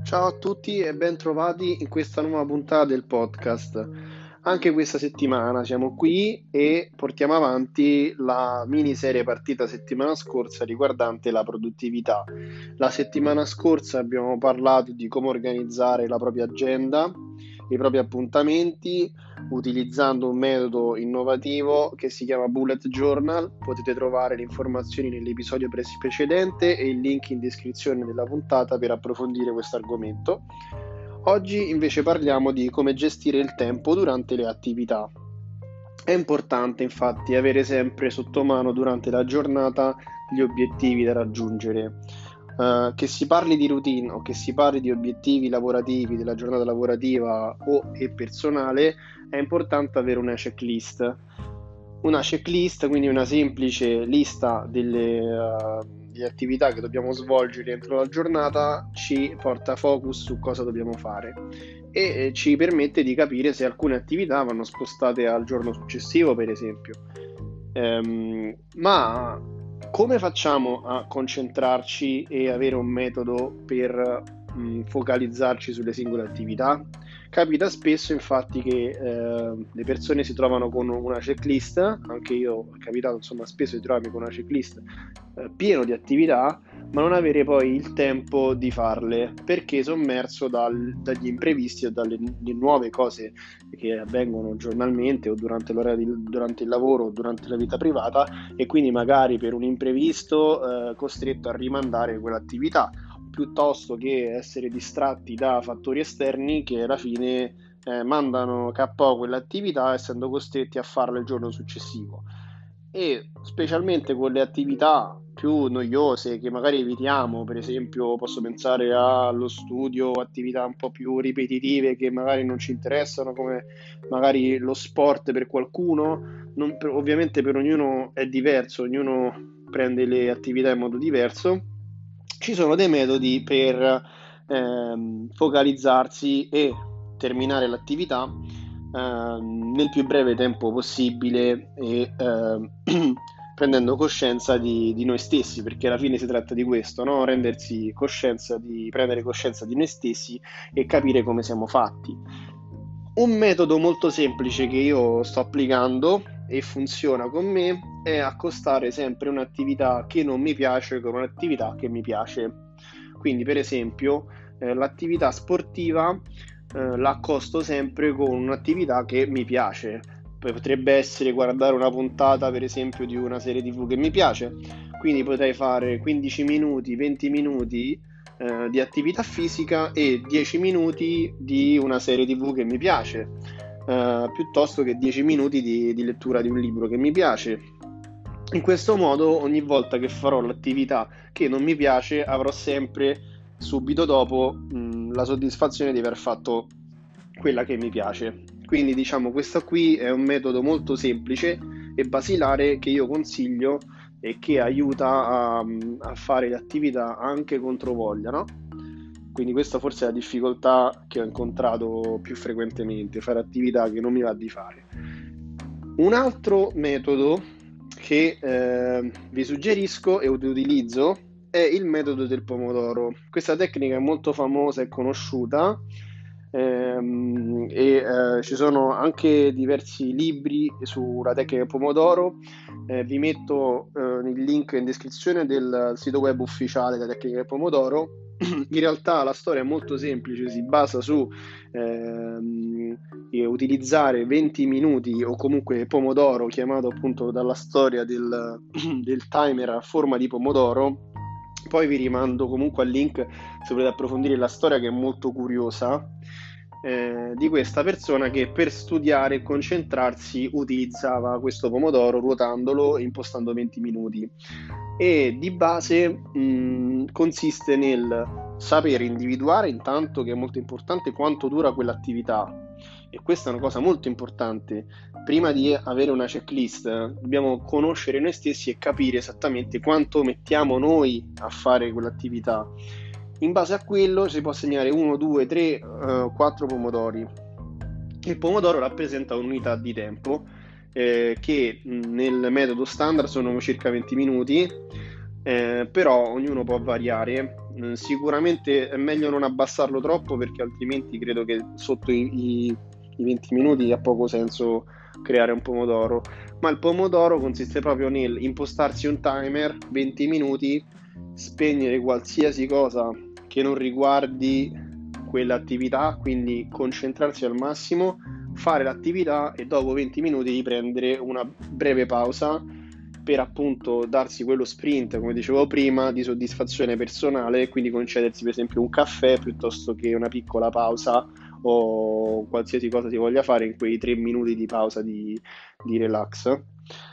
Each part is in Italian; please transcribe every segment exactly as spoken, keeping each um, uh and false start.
Ciao a tutti e ben trovati in questa nuova puntata del podcast. Anche questa settimana siamo qui e portiamo avanti la miniserie partita settimana scorsa riguardante la produttività. La settimana scorsa abbiamo parlato di come organizzare la propria agenda, i propri appuntamenti, utilizzando un metodo innovativo che si chiama Bullet Journal. Potete trovare le informazioni nell'episodio precedente e il link in descrizione della puntata per approfondire questo argomento. Oggi invece parliamo di come gestire il tempo durante le attività. È importante infatti avere sempre sotto mano durante la giornata gli obiettivi da raggiungere. Uh, che si parli di routine o che si parli di obiettivi lavorativi della giornata lavorativa o e personale, è importante avere una checklist. Una checklist, quindi una semplice lista delle, uh, delle attività che dobbiamo svolgere entro la giornata, ci porta focus su cosa dobbiamo fare e eh, ci permette di capire se alcune attività vanno spostate al giorno successivo, per esempio. Um, ma come facciamo a concentrarci e avere un metodo per mh, focalizzarci sulle singole attività? Capita spesso infatti che eh, le persone si trovano con una checklist, anche io è capitato insomma spesso di trovarmi con una checklist eh, pieno di attività, ma non avere poi il tempo di farle perché sommerso dal, dagli imprevisti o dalle nuove cose che avvengono giornalmente o durante l'ora di, durante il lavoro o durante la vita privata, e quindi magari per un imprevisto eh, costretto a rimandare quell'attività piuttosto che essere distratti da fattori esterni che alla fine eh, mandano K O quell'attività essendo costretti a farla il giorno successivo. E specialmente con le attività più noiose che magari evitiamo, per esempio posso pensare allo studio, attività un po' più ripetitive che magari non ci interessano, come magari lo sport per qualcuno. Non, per, ovviamente per ognuno è diverso, ognuno prende le attività in modo diverso. Ci sono dei metodi per ehm, focalizzarsi e terminare l'attività ehm, nel più breve tempo possibile e ehm, prendendo coscienza di, di noi stessi, perché alla fine si tratta di questo, no? Rendersi coscienza di, prendere coscienza di noi stessi e capire come siamo fatti. Un metodo molto semplice che io sto applicando e funziona con me è accostare sempre un'attività che non mi piace con un'attività che mi piace. Quindi, per esempio, eh, l'attività sportiva eh, la accosto sempre con un'attività che mi piace. Potrebbe essere guardare una puntata, per esempio, di una serie tivù che mi piace. Quindi potrei fare quindici minuti, venti minuti eh, di attività fisica e dieci minuti di una serie tivù che mi piace. Uh, piuttosto che dieci minuti di, di lettura di un libro che mi piace. In questo modo, ogni volta che farò l'attività che non mi piace, avrò sempre subito dopo mh, la soddisfazione di aver fatto quella che mi piace. Quindi, diciamo, questo qui è un metodo molto semplice e basilare che io consiglio e che aiuta a, a fare le attività anche contro voglia, no? Quindi questa forse è la difficoltà che ho incontrato più frequentemente, fare attività che non mi va di fare. Un altro metodo che eh, vi suggerisco e utilizzo è il metodo del pomodoro. Questa tecnica è molto famosa e conosciuta ehm, e eh, ci sono anche diversi libri sulla tecnica del pomodoro. Eh, vi metto eh, il link in descrizione del sito web ufficiale della tecnica del pomodoro. In realtà la storia è molto semplice, si basa su ehm, utilizzare venti minuti o comunque pomodoro, chiamato appunto dalla storia del, del timer a forma di pomodoro. Poi vi rimando comunque al link se volete approfondire la storia, che è molto curiosa, eh, di questa persona che per studiare e concentrarsi utilizzava questo pomodoro ruotandolo e impostando venti minuti. E di base mh, consiste nel saper individuare intanto, che è molto importante, quanto dura quell'attività. E questa è una cosa molto importante. Prima di avere una checklist dobbiamo conoscere noi stessi e capire esattamente quanto mettiamo noi a fare quell'attività. In base a quello si può segnare uno, due, tre, quattro pomodori. Il pomodoro rappresenta un'unità di tempo eh, che nel metodo standard sono circa venti minuti, eh, però ognuno può variare Eh, sicuramente è meglio non abbassarlo troppo, perché altrimenti credo che sotto i, i- i venti minuti ha poco senso creare un pomodoro. Ma il pomodoro consiste proprio nel impostarsi un timer, venti minuti, spegnere qualsiasi cosa che non riguardi quell'attività, quindi concentrarsi al massimo, fare l'attività e dopo venti minuti riprendere una breve pausa per appunto darsi quello sprint, come dicevo prima, di soddisfazione personale, e quindi concedersi per esempio un caffè piuttosto che una piccola pausa o qualsiasi cosa si voglia fare in quei tre minuti di pausa di, di relax.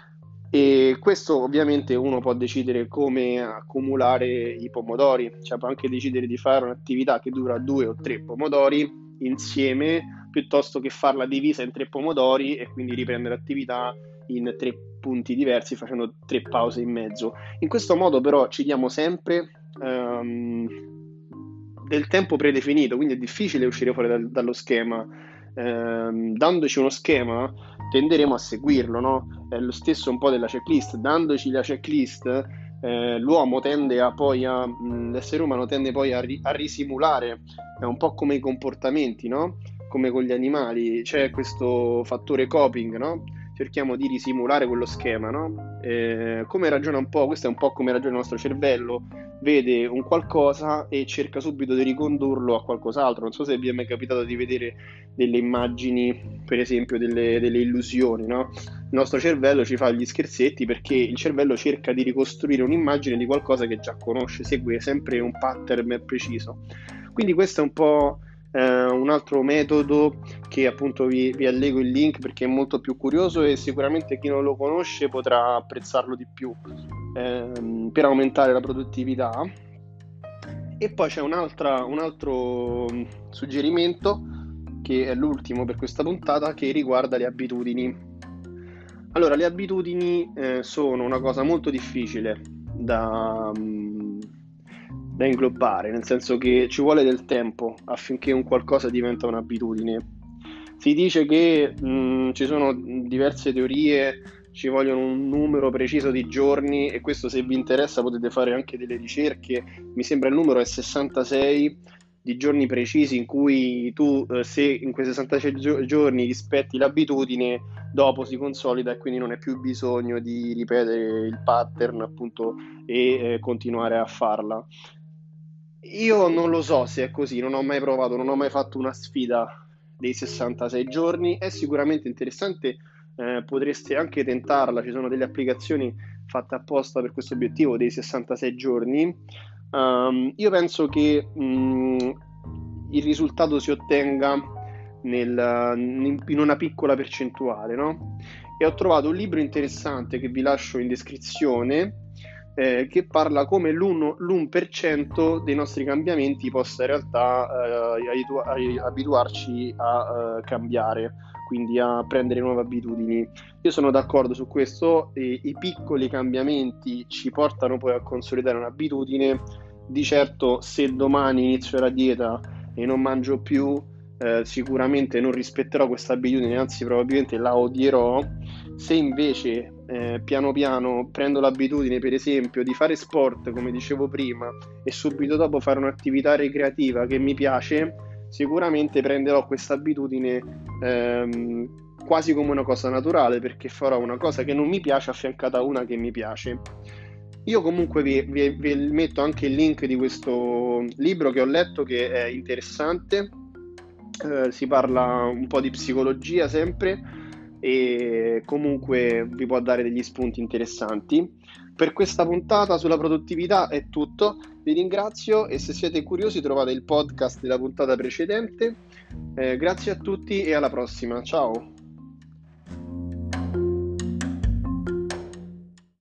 E questo ovviamente uno può decidere come accumulare i pomodori, cioè può anche decidere di fare un'attività che dura due o tre pomodori insieme, piuttosto che farla divisa in tre pomodori e quindi riprendere l'attività in tre punti diversi facendo tre pause in mezzo. In questo modo però ci diamo sempre ehm, del tempo predefinito, quindi è difficile uscire fuori dal- dallo schema. Ehm, dandoci uno schema tenderemo a seguirlo, no? È lo stesso un po' della checklist. Dandoci la checklist, eh, l'uomo tende a poi a, mh, l'essere umano tende poi a, ri- a risimulare, è un po' come i comportamenti, no? Come con gli animali, c'è questo fattore coping, no? Cerchiamo di risimulare quello schema, no? Eh, come ragiona un po', questo è un po' come ragiona il nostro cervello, vede un qualcosa e cerca subito di ricondurlo a qualcos'altro. Non so se vi è mai capitato di vedere delle immagini, per esempio delle, delle illusioni, no? Il nostro cervello ci fa gli scherzetti perché il cervello cerca di ricostruire un'immagine di qualcosa che già conosce, segue sempre un pattern preciso. Quindi questo è un po' eh, un altro metodo che appunto vi, vi allego il link perché è molto più curioso e sicuramente chi non lo conosce potrà apprezzarlo di più ehm, per aumentare la produttività. E poi c'è un'altra, un altro mh, suggerimento, che è l'ultimo per questa puntata, che riguarda le abitudini. Allora, le abitudini eh, sono una cosa molto difficile da, mh, da inglobare, nel senso che ci vuole del tempo affinché un qualcosa diventa un'abitudine. Si dice che mh, ci sono diverse teorie, ci vogliono un numero preciso di giorni, e questo, se vi interessa, potete fare anche delle ricerche. Mi sembra il numero è sessantasei di giorni precisi in cui tu, eh, se in quei sessantasei gio- giorni rispetti l'abitudine, dopo si consolida e quindi non hai più bisogno di ripetere il pattern, appunto, e eh, continuare a farla. Io non lo so se è così, non ho mai provato, non ho mai fatto una sfida dei sessantasei giorni. È sicuramente interessante, eh, potreste anche tentarla, ci sono delle applicazioni fatte apposta per questo obiettivo dei sessantasei giorni. Um, io penso che mh, il risultato si ottenga nel- in in una piccola percentuale, no? E ho trovato un libro interessante che vi lascio in descrizione, eh, che parla come l'uno l'uno per cento dei nostri cambiamenti possa in realtà eh, aiutu- ai- abituarci a eh, cambiare, quindi a prendere nuove abitudini. Io sono d'accordo su questo, e i piccoli cambiamenti ci portano poi a consolidare un'abitudine. Di certo, se domani inizio la dieta e non mangio più, eh, sicuramente non rispetterò questa abitudine, anzi probabilmente la odierò. Se invece eh, piano piano prendo l'abitudine, per esempio, di fare sport, come dicevo prima, e subito dopo fare un'attività ricreativa che mi piace, sicuramente prenderò questa abitudine ehm, quasi come una cosa naturale, perché farò una cosa che non mi piace affiancata a una che mi piace. Io comunque vi, vi- vi metto anche il link di questo libro che ho letto, che è interessante. Eh, si parla un po' di psicologia sempre, e comunque vi può dare degli spunti interessanti. Per questa puntata sulla produttività è tutto, vi ringrazio, e se siete curiosi trovate il podcast della puntata precedente. Eh, grazie a tutti e alla prossima, ciao!